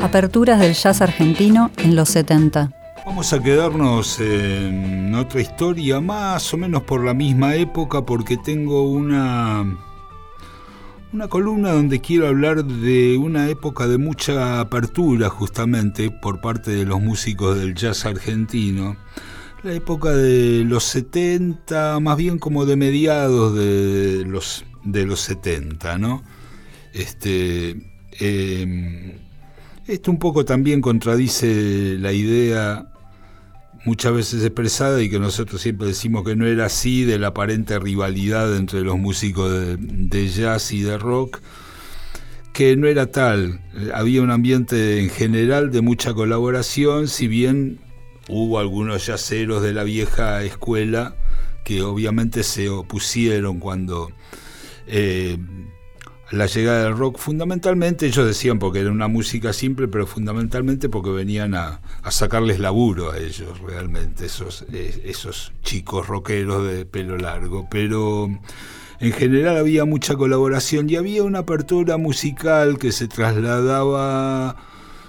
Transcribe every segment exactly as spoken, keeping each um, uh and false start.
Aperturas del jazz argentino en los setenta. Vamos a quedarnos en otra historia más o menos por la misma época, porque tengo una, una columna donde quiero hablar de una época de mucha apertura justamente por parte de los músicos del jazz argentino. La época de los setenta, más bien como de mediados de los, de los setenta, ¿no? Este, eh, esto un poco también contradice la idea muchas veces expresada, y que nosotros siempre decimos que no era así, de la aparente rivalidad entre los músicos de, de jazz y de rock, que no era tal. Había un ambiente en general de mucha colaboración, si bien hubo algunos jazzeros de la vieja escuela que obviamente se opusieron cuando eh, la llegada del rock, fundamentalmente ellos decían porque era una música simple, pero fundamentalmente porque venían a, a sacarles laburo a ellos realmente, esos, eh, esos chicos rockeros de pelo largo. Pero en general había mucha colaboración y había una apertura musical que se trasladaba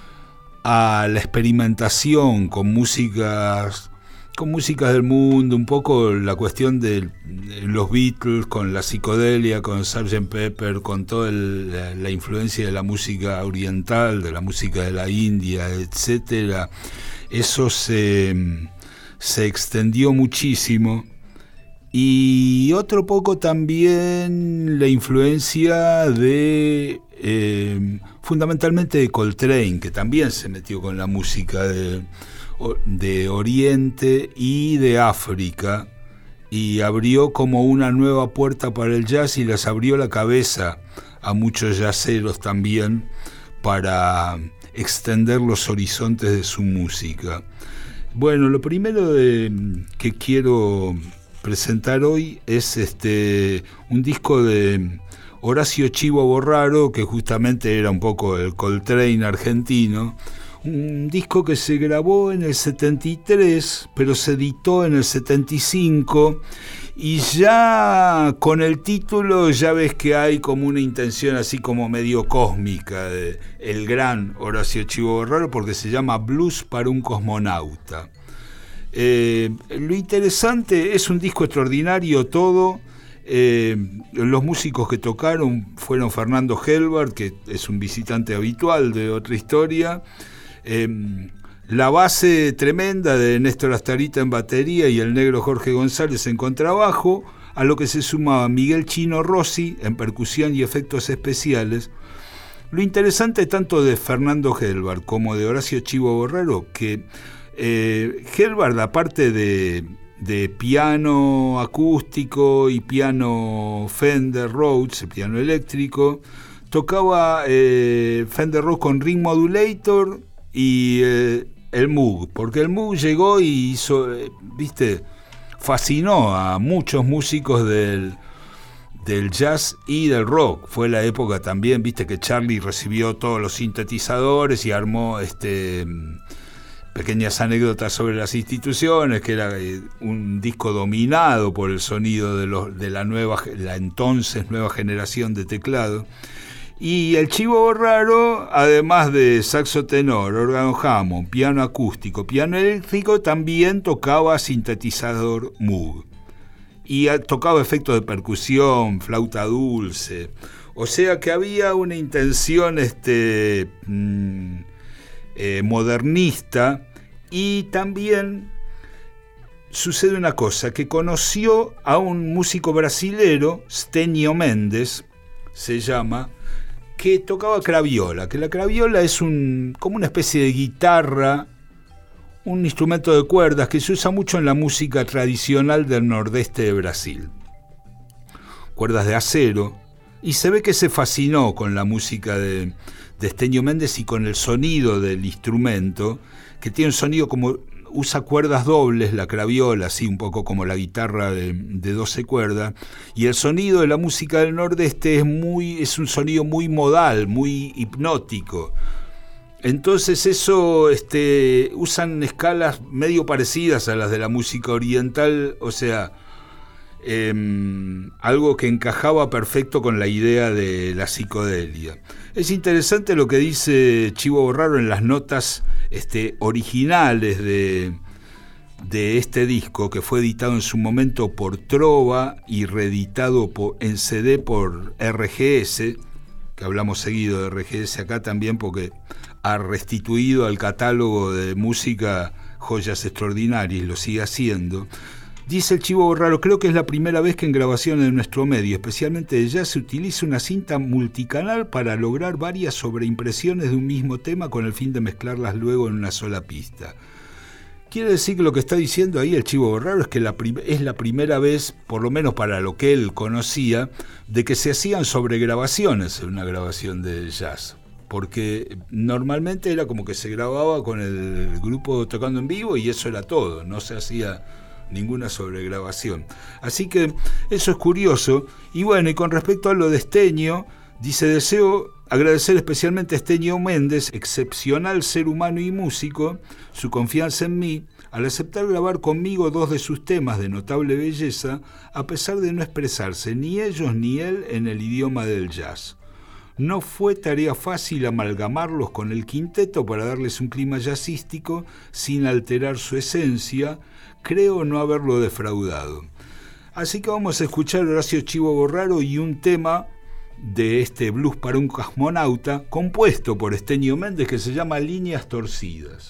a la experimentación con músicas con músicas del mundo, un poco la cuestión de los Beatles, con la psicodelia, con sergeant Pepper, con toda el, la, la influencia de la música oriental, de la música de la India, etcétera. Eso se, se extendió muchísimo. Y otro poco también la influencia de, eh, fundamentalmente de Coltrane, que también se metió con la música de, de Oriente y de África, y abrió como una nueva puerta para el jazz y les abrió la cabeza a muchos jazzeros también para extender los horizontes de su música. Bueno, lo primero de, que quiero presentar hoy es este un disco de Horacio Chivo Borraro, que justamente era un poco el Coltrane argentino, un disco que se grabó en el setenta y tres, pero se editó en el setenta y cinco, y ya con el título ya ves que hay como una intención así como medio cósmica de el gran Horacio Chivo Borraro, porque se llama Blues para un cosmonauta. Eh, lo interesante, es un disco extraordinario todo. Eh, los músicos que tocaron fueron Fernando Helbert, que es un visitante habitual de Otra Historia, eh, la base tremenda de Néstor Astarita en batería y el negro Jorge González en contrabajo, a lo que se sumaba Miguel Chino Rossi en percusión y efectos especiales. Lo interesante tanto de Fernando Helbert como de Horacio Chivo Borraro, que Eh, Helbert, aparte de, de piano acústico y piano Fender Rhodes, el piano eléctrico, tocaba eh, Fender Rhodes con Ring Modulator y eh, el Moog, porque el Moog llegó y hizo, eh, viste, fascinó a muchos músicos del, del jazz y del rock. Fue la época también, viste, que Charlie recibió todos los sintetizadores y armó este pequeñas anécdotas sobre las instituciones, que era un disco dominado por el sonido de, los, de la nueva, la entonces nueva generación de teclado. Y el Chivo Borraro, además de saxo tenor, órgano Hammond, piano acústico, piano eléctrico, también tocaba sintetizador Moog. Y tocaba efectos de percusión, flauta dulce. O sea que había una intención este, mmm, eh, modernista. Y también sucede una cosa, que conoció a un músico brasilero, Stênio Mendes, se llama, que tocaba craviola, que la craviola es un, como una especie de guitarra, un instrumento de cuerdas que se usa mucho en la música tradicional del nordeste de Brasil. Cuerdas de acero, y se ve que se fascinó con la música de, de Stênio Mendes y con el sonido del instrumento, que tiene un sonido como, usa cuerdas dobles, la craviola, así un poco como la guitarra de, de doce cuerdas, y el sonido de la música del nordeste es, muy, es un sonido muy modal, muy hipnótico. Entonces eso, este, usan escalas medio parecidas a las de la música oriental, o sea, eh, algo que encajaba perfecto con la idea de la psicodelia. Es interesante lo que dice Chivo Borraro en las notas este, originales de, de este disco, que fue editado en su momento por Trova y reeditado por, en C D por R G S, que hablamos seguido de R G S acá también porque ha restituido al catálogo de música joyas extraordinarias y lo sigue haciendo. Dice el Chivo Borraro, creo que es la primera vez que en grabaciones de nuestro medio, especialmente de jazz, se utiliza una cinta multicanal para lograr varias sobreimpresiones de un mismo tema con el fin de mezclarlas luego en una sola pista. Quiere decir que lo que está diciendo ahí el Chivo Borraro es que la prim- es la primera vez, por lo menos para lo que él conocía, de que se hacían sobregrabaciones en una grabación de jazz. Porque normalmente era como que se grababa con el grupo tocando en vivo y eso era todo, no se hacía ninguna sobregrabación. Así que eso es curioso. Y bueno, y con respecto a lo de Esteño, dice, deseo agradecer especialmente a Esteño Méndez, excepcional ser humano y músico, su confianza en mí, al aceptar grabar conmigo dos de sus temas de notable belleza, a pesar de no expresarse ni ellos ni él en el idioma del jazz. No fue tarea fácil amalgamarlos con el quinteto para darles un clima jazzístico sin alterar su esencia. Creo no haberlo defraudado. Así que vamos a escuchar a Horacio Chivo Borraro y un tema de este blues para un cosmonauta compuesto por Esteño Méndez que se llama Líneas Torcidas.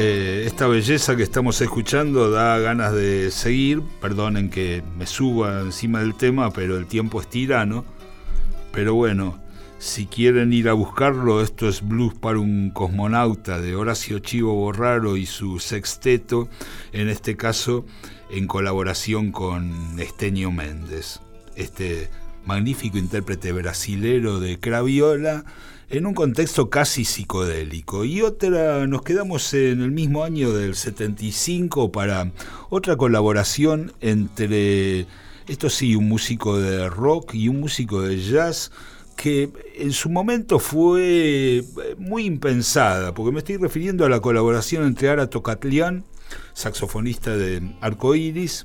eh, esta belleza que estamos escuchando da ganas de seguir. Perdonen que me suba encima del tema, pero el tiempo es tirano. Pero bueno, si quieren ir a buscarlo, esto es Blues para un cosmonauta de Horacio Chivo Borraro y su sexteto, en este caso en colaboración con Esteño Méndez, este magnífico intérprete brasilero de craviola, en un contexto casi psicodélico. Y otra, nos quedamos en el mismo año del setenta y cinco para otra colaboración entre, esto sí, un músico de rock y un músico de jazz, que en su momento fue muy impensada, porque me estoy refiriendo a la colaboración entre Ara Tocatlián, saxofonista de Arcoiris,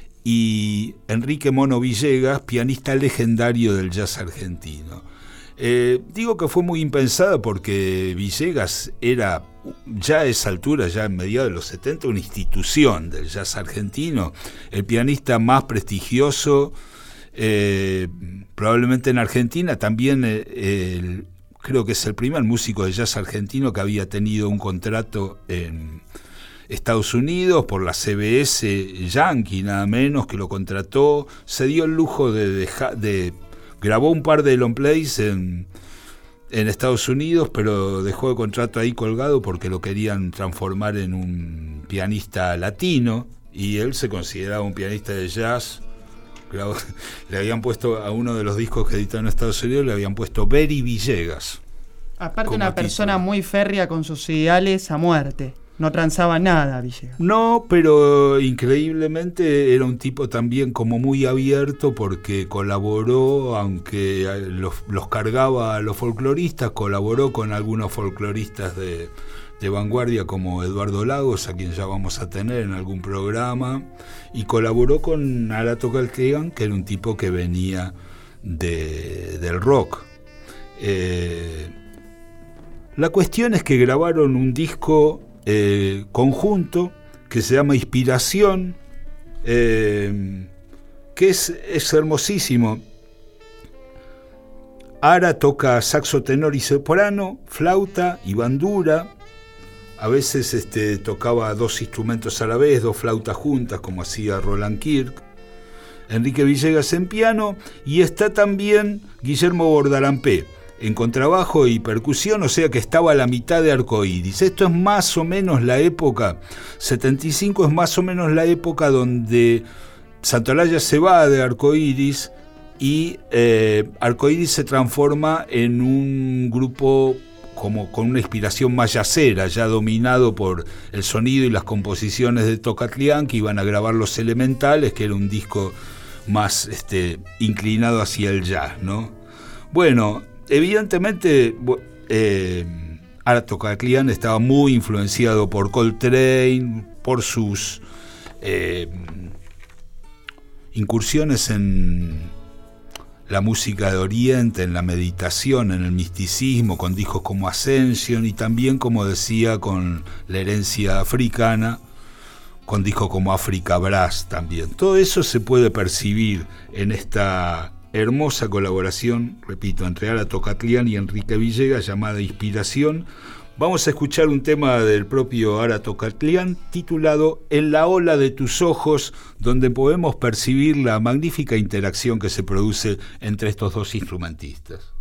y Enrique Mono Villegas, pianista legendario del jazz argentino. Eh, digo que fue muy impensada porque Villegas era, ya a esa altura, ya en mediados de los setenta, una institución del jazz argentino, el pianista más prestigioso, eh, probablemente en Argentina, también eh, el, creo que es el primer músico de jazz argentino que había tenido un contrato en Estados Unidos por la C B S Yankee, nada menos, que lo contrató, se dio el lujo de dejar, de grabó un par de long plays en, en Estados Unidos, pero dejó el contrato ahí colgado porque lo querían transformar en un pianista latino, y él se consideraba un pianista de jazz. Grabó, le habían puesto a uno de los discos que editó en Estados Unidos, le habían puesto Berry Villegas. Aparte, una persona muy férrea con sus ideales a muerte. No transaba nada, Villegas. No, pero increíblemente era un tipo también como muy abierto, porque colaboró, aunque los, los cargaba a los folcloristas, colaboró con algunos folcloristas de, de vanguardia como Eduardo Lagos, a quien ya vamos a tener en algún programa, y colaboró con Ara Tocatlián, que era un tipo que venía de, del rock. Eh, la cuestión es que grabaron un disco Eh, conjunto que se llama Inspiración, eh, que es, es hermosísimo. Ara toca saxo tenor y soprano, flauta y bandura. A veces este, tocaba dos instrumentos a la vez, dos flautas juntas, como hacía Roland Kirk. Enrique Villegas en piano, y está también Guillermo Bordarampé en contrabajo y percusión, o sea que estaba a la mitad de Arcoiris. Esto es más o menos la época, setenta y cinco es más o menos la época donde Santolaya se va de Arcoiris y eh, Arcoiris se transforma en un grupo como con una inspiración más jazzera, ya dominado por el sonido y las composiciones de Tocatlián, que iban a grabar Los Elementales, que era un disco más este, inclinado hacia el jazz, ¿no? Bueno, evidentemente, eh, Ara Tocatlián estaba muy influenciado por Coltrane, por sus eh, incursiones en la música de Oriente, en la meditación, en el misticismo, con discos como Ascension, y también, como decía, con la herencia africana, con discos como Africa Brass también. Todo eso se puede percibir en esta hermosa colaboración, repito, entre Ara Tocatlián y Enrique Villegas, llamada Inspiración. Vamos a escuchar un tema del propio Ara Tocatlián titulado En la ola de tus ojos, donde podemos percibir la magnífica interacción que se produce entre estos dos instrumentistas.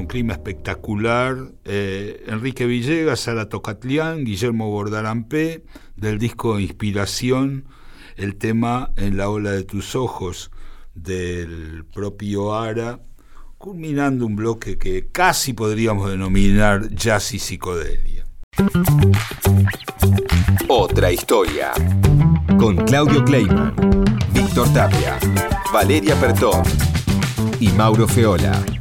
un clima espectacular. Eh, Enrique Villegas, Sara Tocatlián, Guillermo Bordarampé, del disco Inspiración, el tema En la ola de tus ojos, del propio Ara, culminando un bloque que casi podríamos denominar jazz y psicodelia. Otra historia. Con Claudio Kleiman, Víctor Tapia, Valeria Pertón y Mauro Feola.